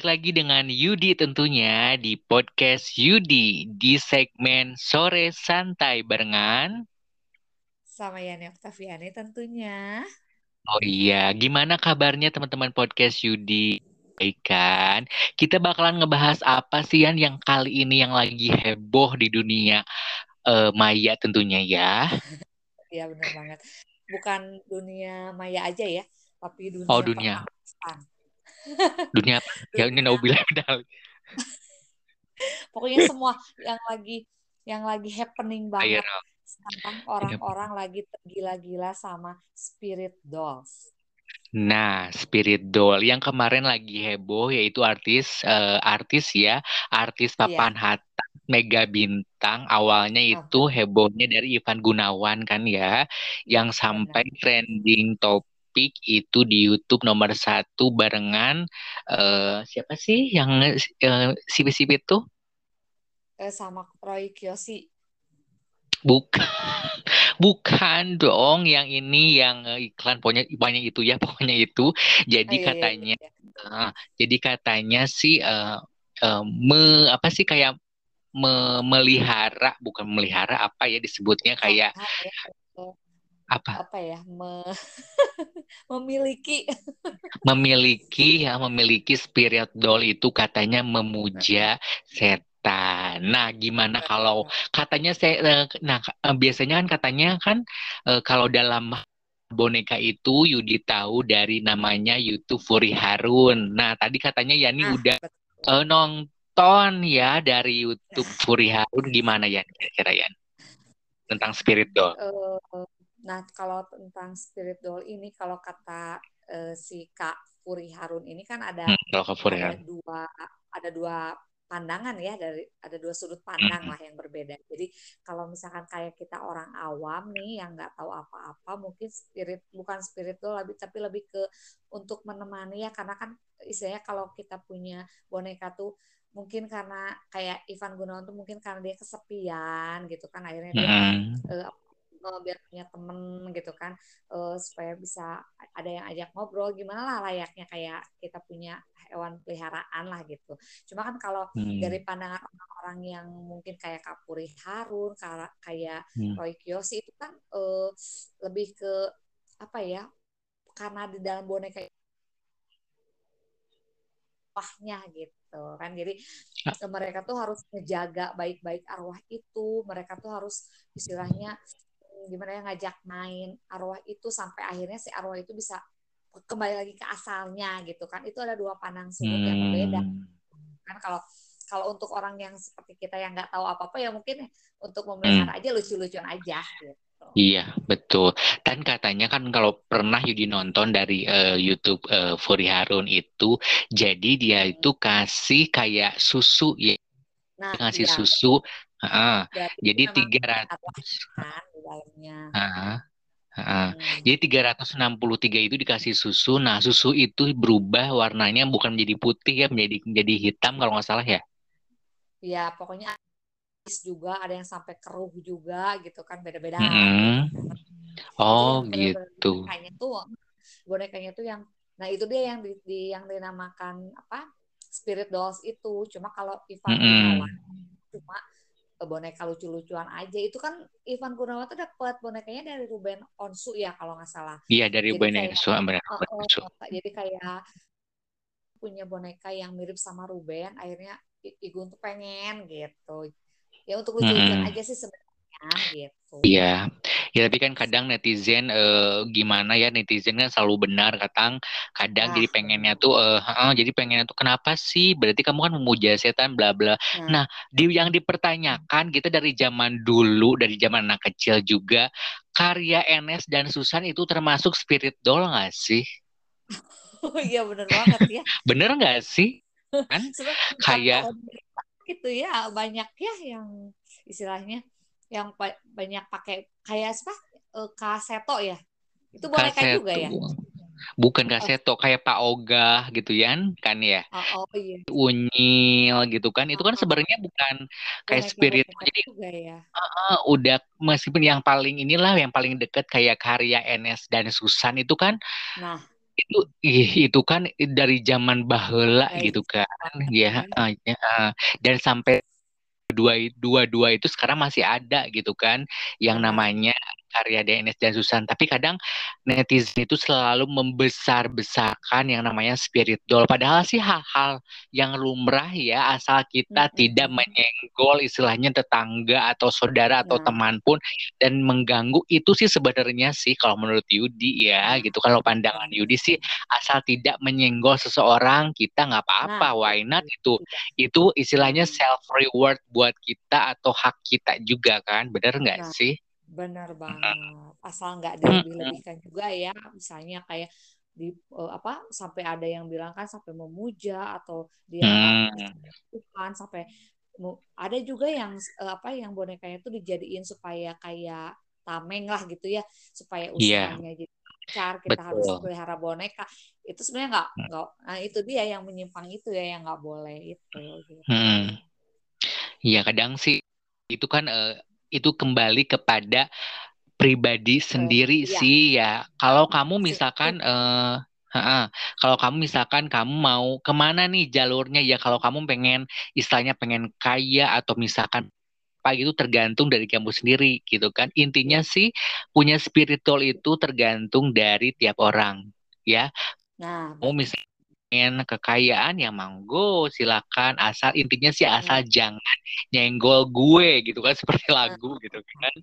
balik lagi dengan Yudi tentunya di podcast Yudi di segmen Sore Santai barengan. Sama Yani Oktaviani tentunya. Oh iya, gimana kabarnya teman-teman podcast Yudi? Baik kan? Kita bakalan ngebahas apa sih yang kali ini yang lagi heboh di dunia maya tentunya ya. Ya bener banget. Bukan dunia maya aja ya, tapi Oh dunia dunia, perartisan. dunia apa? Ya ini Dunia, naubilah medali. pokoknya semua yang lagi happening Ayo, banget. Sekarang orang-orang lagi tergila-gila sama Spirit Dolls. Nah, Spirit Doll yang kemarin lagi heboh yaitu artis ya, artis Iya, papan atas Mega Bintang. Awalnya itu benar. hebohnya dari Ivan Gunawan kan ya, Iya, yang sampai benar. trending topik itu di YouTube nomor satu barengan siapa sih yang sipit-sipit itu? Sama Roy Kiyoshi. Bukan, bukan dong, yang ini yang iklan pokoknya banyak itu ya, pokoknya itu. Jadi Iya, iya, katanya iya. Ah, jadi katanya sih apa sih kayak memelihara, bukan memelihara apa ya disebutnya Bukan kayak ya, eh, apa? apa ya, memiliki. Memiliki spirit doll itu katanya memuja setan. Nah, gimana kalau katanya biasanya kan katanya kan kalau dalam boneka itu Yudi tahu dari namanya YouTube Furi Harun. Nah, tadi katanya Yani Nah, udah betul. nonton ya dari YouTube Furi Harun, gimana ya kira-kira ya tentang Spirit Doll? Eh, nah, kalau tentang spirit doll ini, kalau kata si Kak Puri Harun ini kan Kalau ke Furi ada Harun. dua ada dua pandangan ya, ada dua sudut pandang Hmm. lah yang berbeda. Jadi kalau misalkan kayak kita orang awam nih yang nggak tahu apa-apa, mungkin bukan spirit doll tapi lebih ke untuk menemani ya, karena kan istilahnya kalau kita punya boneka tuh mungkin karena kayak Ivan Gunawan tuh mungkin karena dia kesepian gitu kan, akhirnya dia Hmm. eh, biar punya temen gitu kan, supaya bisa ada yang ajak ngobrol gimana lah layaknya kayak kita punya hewan peliharaan lah gitu. Cuma kan kalau dari Hmm. pandangan orang-orang yang mungkin kayak Kapuri Harun, kayak Hmm. Roy Kiyoshi itu kan lebih ke apa ya? Karena di dalam boneka arwahnya gitu kan. Jadi mereka tuh harus ngejaga baik-baik arwah itu. Mereka tuh harus istilahnya gimana ya, ngajak main arwah itu sampai akhirnya si arwah itu bisa kembali lagi ke asalnya gitu kan. Itu ada dua pandang sudut yang berbeda Hmm. kan. Kalau kalau untuk orang yang seperti kita yang nggak tahu apa-apa ya mungkin untuk Hmm. memelihara aja lucu-lucuan aja gitu. Iya, betul. Dan katanya kan kalau pernah Yudi nonton dari YouTube Furi Harun itu, jadi dia itu kasih kayak susu ya, Nah, ngasih iya, susu. berarti itu Jadi memang tiga ada ratus. arwahnya kan di dalamnya. Heeh. Hmm. Jadi 363 itu dikasih susu. Nah, susu itu berubah warnanya bukan menjadi putih ya, menjadi hitam kalau nggak salah ya. Ya pokoknya juga ada yang sampai keruh juga gitu kan, beda-beda gitu. Mm-mm. Itu Oh yang benar-benar gitu. bonekanya tuh yang, nah itu dia yang yang dinamakan apa, spirit dolls itu. Cuma kalau Ivan Mm-mm. Gunawan cuma boneka lucu-lucuan aja. Itu kan Ivan Gunawan tuh dapat bonekanya dari Ruben Onsu ya kalau nggak salah. Iya dari Jadi kayak Benesu, benar Benesu. jadi kayak punya boneka yang mirip sama Ruben, akhirnya Igun tuh pengen gitu ya, untuk lucu-lucuan Mm-mm. aja sih sebenarnya gitu. Iya, ya tapi kan kadang netizen gimana ya, netizen kan selalu benar kadang, kadang Nah jadi pengennya benar. tuh jadi pengennya tuh kenapa sih? Berarti kamu kan memuja setan bla bla. Nah Nah, yang dipertanyakan kita dari zaman dulu, dari zaman anak kecil juga, karya Enes dan Susan itu termasuk spirit doll nggak sih? oh iya bener banget ya. Bener nggak sih? Kan Sebenarnya kayak kalau gitu ya banyak ya yang istilahnya yang banyak pakai kayak apa, kaseto ya, itu boneka juga kaseto, ya. bukan Oh, kaseto kayak Pak Ogah gitu kan ya. oh, oh iya. Unyil gitu kan itu Oh, kan oh, sebenarnya bukan kayak spirit, boneka-boneka jadi juga ya. udah meskipun yang paling inilah yang paling deket kayak karya Enes dan Susan itu kan Nah itu kan dari zaman baheula Dari gitu kan banget ya, ya. ya, dan sampai dua itu sekarang masih ada gitu kan yang Benar. namanya karya DNS dan Susan. Tapi kadang netizen itu selalu membesar-besarkan yang namanya spirit doll. Padahal sih hal-hal yang lumrah ya, asal kita tidak Mm-mm. menyenggol istilahnya tetangga atau saudara atau Nah, teman pun dan mengganggu itu sih sebenarnya sih kalau menurut Yudi ya nah, gitu. Kalau pandangan benar. Yudi sih asal tidak menyenggol seseorang kita nggak Nah, apa-apa, why not itu. itu Iya. istilahnya Nah, self reward buat kita atau hak kita juga kan, bener nggak nah, sih? benar banget. Asal nggak Mm-mm. dilebih-lebihkan juga ya. Misalnya kayak di apa sampai ada yang bilang kan sampai memuja atau dianggap Hmm, Tuhan sampai ada juga yang apa yang bonekanya itu dijadiin supaya kayak tameng lah gitu ya supaya iya, usahanya jadi lancar kita harus betul. pelihara boneka itu sebenarnya nggak nah itu dia yang menyimpang itu ya yang nggak boleh itu gitu. Hmm, iya kadang sih itu kan itu kembali kepada pribadi Eh, sendiri iya sih ya. Kalau kamu misalkan masing-masing. kalau kamu misalkan kamu mau kemana nih jalurnya ya, kalau kamu pengen istilahnya pengen kaya atau misalkan apa gitu tergantung dari kamu sendiri gitu kan. Intinya Ya. sih punya spiritual itu tergantung dari tiap orang ya. Nah, Mau misalnya pengen kekayaan ya monggo silakan, asal intinya sih asal nah, jangan nyenggol gue gitu kan seperti nah, lagu gitu kan.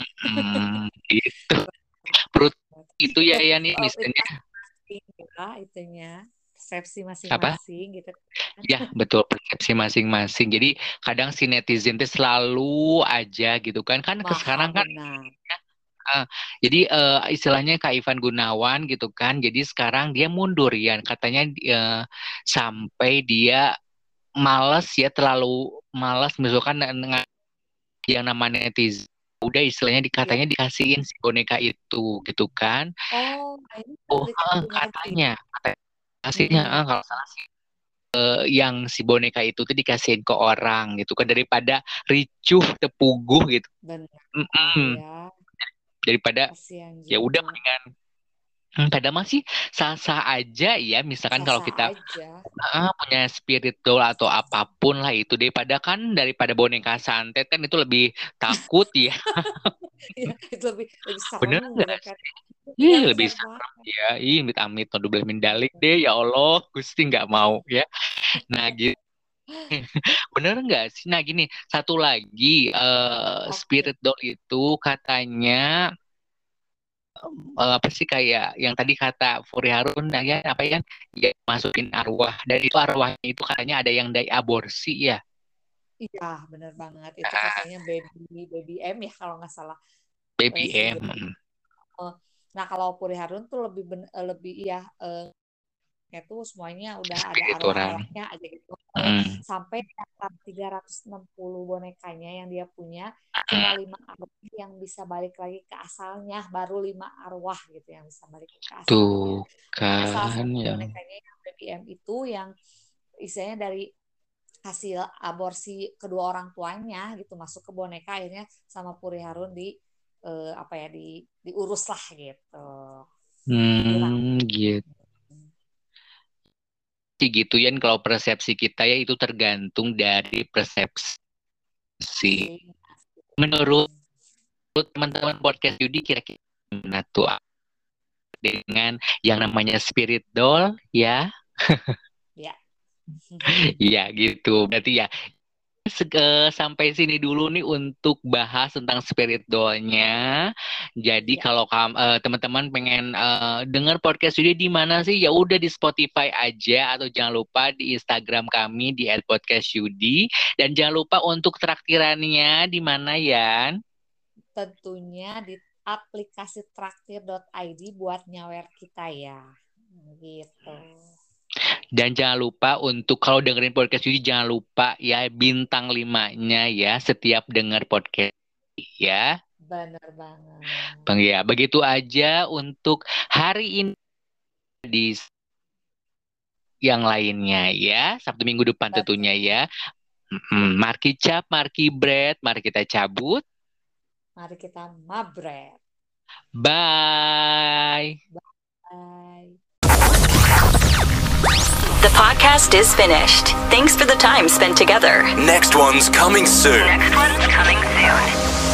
Gitu. Perut itu ya ya, ya nih misalnya pribadi masing-masing ya itunya persepsi apa? masing-masing gitu kan. Ya, betul persepsi masing-masing. Jadi kadang si netizen itu selalu aja gitu kan. Kan Maha sekarang kan benar. ah, jadi istilahnya Kak Ivan Gunawan gitu kan. Jadi sekarang dia mundur ya. Katanya sampai dia males ya terlalu malas misalkan dengan yang namanya netizen. Udah istilahnya Iya. dikatanya dikasihin si boneka itu gitu kan. Oh, nah ini Oh, baru dikasih lagi. katanya kasihnya Mm-mm. kalau salah sih yang si boneka itu tuh dikasihin ke orang gitu kan daripada ricuh tepuguh gitu. Benar Mm-mm. ya. Daripada Kasihan ya udah juga. mendingan kadang masih sah-sah aja ya misalkan kalau Sasa kita aja. punya spiritual atau apapun lah itu daripada boneka santet kan itu lebih takut ya. Ya, itu lebih serem Bener nggak mereka. sih? Iya Ih, lebih benar serem banget. ya. Ih, amit-amit no double mindalik deh ya Allah, Gusti nggak mau ya. Nah, gitu. Bener nggak sih? Nah, gini, satu lagi Oke. spirit doll itu katanya apa sih kayak yang tadi kata Furi Harun ya apa ya masukin arwah dan itu arwahnya itu katanya ada yang dari aborsi ya. Iya, benar banget. Itu katanya baby baby M ya kalau nggak salah Baby si M. baby. Nah, kalau Puri Harun tuh lebih ya itu semuanya udah ada Spirit orang. arwah-arwahnya aja gitu. Mm, Sampai 360 bonekanya yang dia punya, cuma mm. 5 arwah yang bisa balik lagi ke asalnya, baru 5 arwah gitu yang bisa balik ke asalnya. Tuh Makanya salah kan satu ya. bonekanya yang BBM itu yang istilahnya dari hasil aborsi kedua orang tuanya gitu masuk ke boneka akhirnya sama Puri Harun apa ya diurus lah gitu. Dirawat. Gitu. Gitu ya kalau persepsi kita ya itu tergantung dari persepsi. Asing, Menurut asing. teman-teman podcast Yudi kira-kira gimana tuh dengan yang namanya spirit doll ya? Ya. Iya gitu. Berarti ya sampai sini dulu nih untuk bahas tentang spirit doll-nya. Jadi Ya, kalau teman-teman pengen dengar podcast ini di mana sih? Ya udah di Spotify aja atau jangan lupa di Instagram kami di @podcastyudi dan jangan lupa untuk traktirannya di mana ya? tentunya di aplikasi traktir.id buat nyawer kita ya. Gitu. Dan jangan lupa untuk kalau dengerin podcast ini jangan lupa ya bintang 5-nya ya setiap denger podcast ya. Bener banget. Bang ya, begitu aja untuk hari ini di yang lainnya ya. Sabtu minggu depan tentunya Betul. ya. Ya, Marki cap, marki bread, mari kita cabut. mari kita mabret. Bye. Bye. The podcast is finished. Thanks for the time spent together. Next one's coming soon. Next one's coming soon.